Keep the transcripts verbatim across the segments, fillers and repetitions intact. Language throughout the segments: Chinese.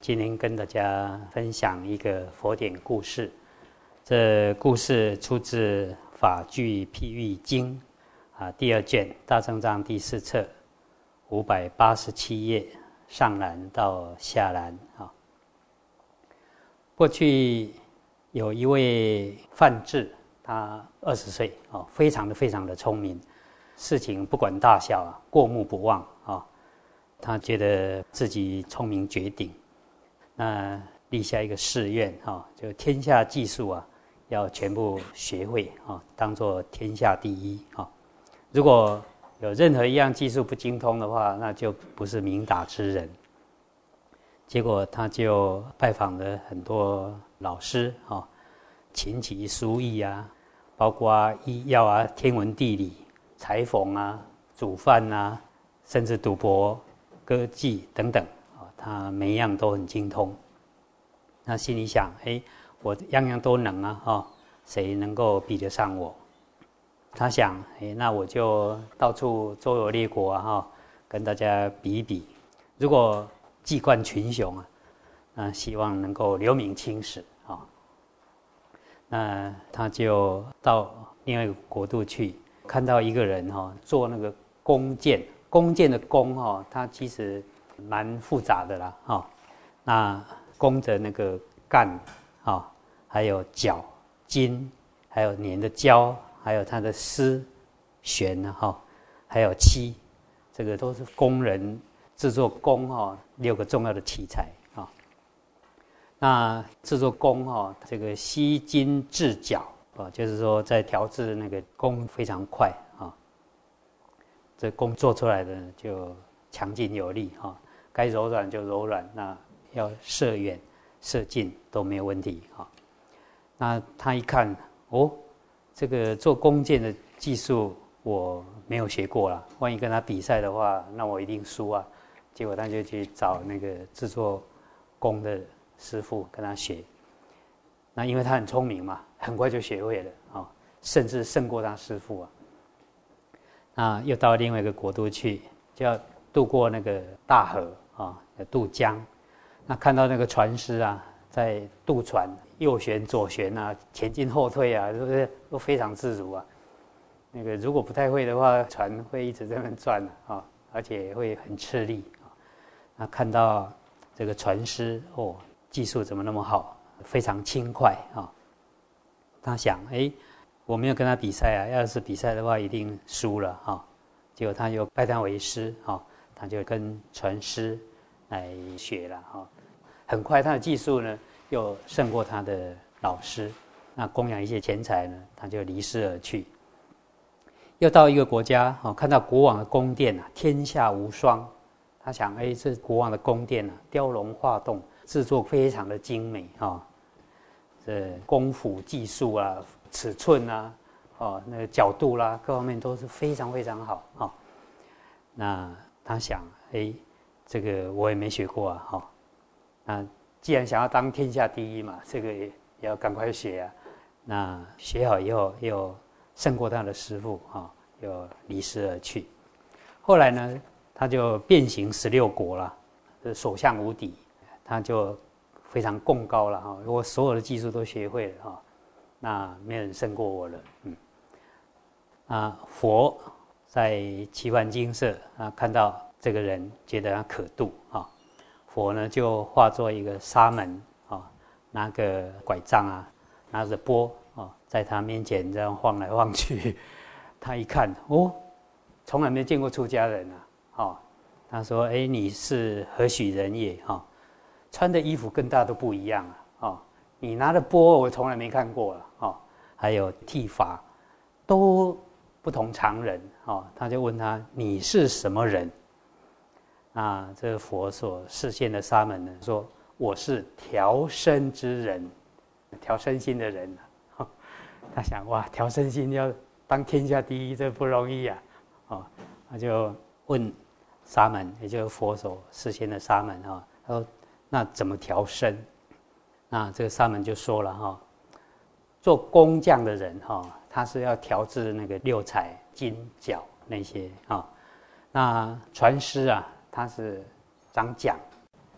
今天跟大家分享一个佛典故事。这故事出自《法句譬喻经》啊，第二卷大正藏第四册五百八十七页上栏到下栏啊。过去有一位范志，他二十岁啊，非常的非常的聪明，事情不管大小啊，过目不忘啊。他觉得自己聪明绝顶。那立下一个誓愿哈，就天下技术啊，要全部学会啊，当作天下第一啊。如果有任何一样技术不精通的话，那就不是明达之人。结果他就拜访了很多老师啊，琴棋书艺啊，包括医药啊、天文地理、裁缝啊、煮饭啊，甚至赌博、歌妓等等。他每一样都很精通，他心里想：哎，我样样都能啊，哈，谁能够比得上我？他想：哎，那我就到处周游列国啊，哈，跟大家比一比。如果技冠群雄啊，那希望能够留名青史啊。那他就到另外一个国度去，看到一个人哈，做那个弓箭，弓箭的弓哈，他其实蛮复杂的啦，哈、哦。那弓的那个杆，哈、哦，还有角、筋，还有粘的胶，还有它的丝、弦啊，哈、哦，还有漆，这个都是工人制作弓哈、哦、六个重要的器材啊、哦。那制作弓哈、哦，这个吸筋制角啊，就是说在调制那个弓非常快啊、哦。这弓做出来的就强劲有力哈。哦，该柔软就柔软，那要射远、射近都没有问题哈。那他一看，哦，这个做弓箭的技术我没有学过啦，万一跟他比赛的话，那我一定输啊。结果他就去找那个制作弓的师傅跟他学。那因为他很聪明嘛，很快就学会了啊，甚至胜过他师傅啊。那又到另外一个国度去，就要渡过那个大河啊，渡江。那看到那个船师啊，在渡船，右旋左旋啊，前进后退啊，是不是都非常自如啊？那个如果不太会的话，船会一直在那边转啊，而且会很吃力啊。那看到这个船师哦，技术怎么那么好，非常轻快啊。他想，哎，我没有跟他比赛啊，要是比赛的话，一定输了哈。结果他又拜他为师哈。他就跟船师来学了哈，很快他的技术呢又胜过他的老师，那供养一些钱财呢，他就离世而去。又到一个国家哦，看到国王的宫殿啊，天下无双。他想，哎，这国王的宫殿啊，雕龙画栋，制作非常的精美哈，这功夫技术啊、尺寸啊、哦那个角度啦、啊，各方面都是非常非常好哈。那他想，哎，这个我也没学过啊，哈、哦。那既然想要当天下第一嘛，这个也也要赶快学啊。那学好以后，又胜过他的师傅哈、哦，又离世而去。后来呢，他就遍行十六国了，所向无敌，他就非常贡高了哈、哦。我所有的技术都学会了哈、哦，那没有人胜过我了，嗯。啊，佛在奇梵精舍啊，看到这个人觉得他可度啊，佛呢就化作一个沙门啊，拿个拐杖啊，拿着钵啊，在他面前这样晃来晃去。他一看，哦，从来没见过出家人啊，哦，他说：“哎，你是何许人也？哈、哦，穿的衣服跟大家都不一样啊，哦，你拿的钵我从来没看过了，哦，还有剃发都不同常人，哦，他就问他：你是什么人？啊，这个佛所示现的沙门呢，说我是调身之人，调身心的人。哦，他想，哇，调身心要当天下第一，这不容易啊！哦，他就问沙门，也就是佛所示现的沙门哈，他说：那怎么调身？那这个沙门就说了哈，做工匠的人哈，他是要调制那个六彩金角那些啊。那船师啊，他是掌桨，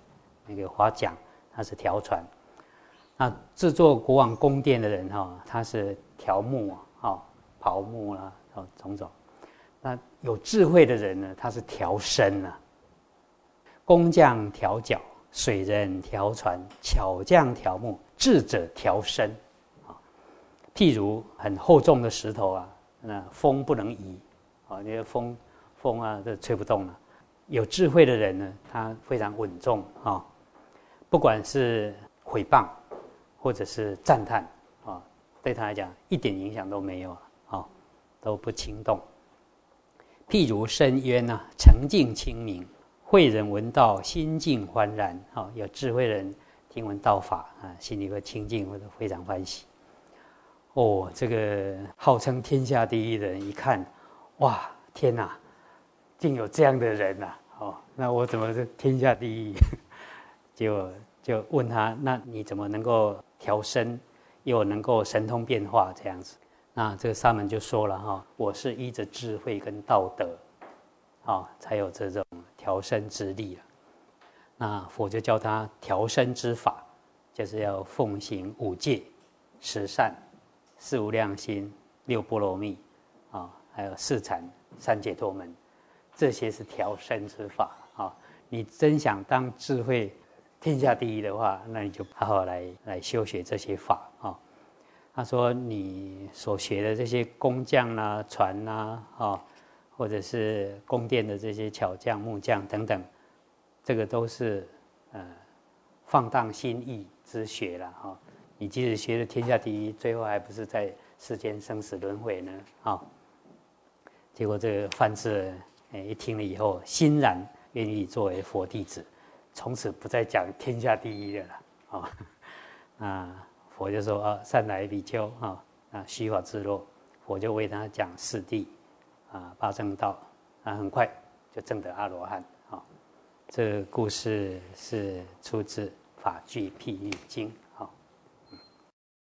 那个划桨，它是条船。那制作国王宫殿的人哈、哦，他是条木啊，哦，刨木啦、啊，哦，种种。那有智慧的人呢，他是条身啊。工匠条脚，水人条船，巧匠条木，智者条身。啊，譬如很厚重的石头啊，那风不能移，啊，那个风风啊，这吹不动了。有智慧的人呢，他非常稳重啊，不管是毁谤或者是赞叹啊，对他来讲一点影响都没有啊，都不轻动。譬如深渊啊，澄净清明，慧人闻道，心境欢然。啊，有智慧人听闻道法啊，心里会清净或者非常欢喜。哦，这个号称天下第一的人一看，哇，天哪，竟有这样的人呐、啊！哦，那我怎么是天下第一？结果就问他，那你怎么能够调身，又能够神通变化这样子？那这个沙门就说了哈，我是依着智慧跟道德，啊，才有这种调身之力了。那佛就教他调身之法，就是要奉行五戒、十善、四无量心、六波罗蜜，啊，还有四禅、三解脱门，这些是调身之法啊。你真想当智慧天下第一的话，那你就好好来来修学这些法啊。他说：“你所学的这些工匠啦、船啦，啊，或者是宫殿的这些巧匠、木匠等等，这个都是呃放荡心意之学了哈。你即使学了天下第一，最后还不是在世间生死轮回呢？啊！结果这个范志哎一听了以后，欣然愿意作为佛弟子，从此不再讲天下第一的了啊啊！”佛就说啊，善来比丘啊，啊须发自落，佛就为他讲四谛啊八正道啊，很快就证得阿罗汉啊。这个故事是出自《法句譬喻经》。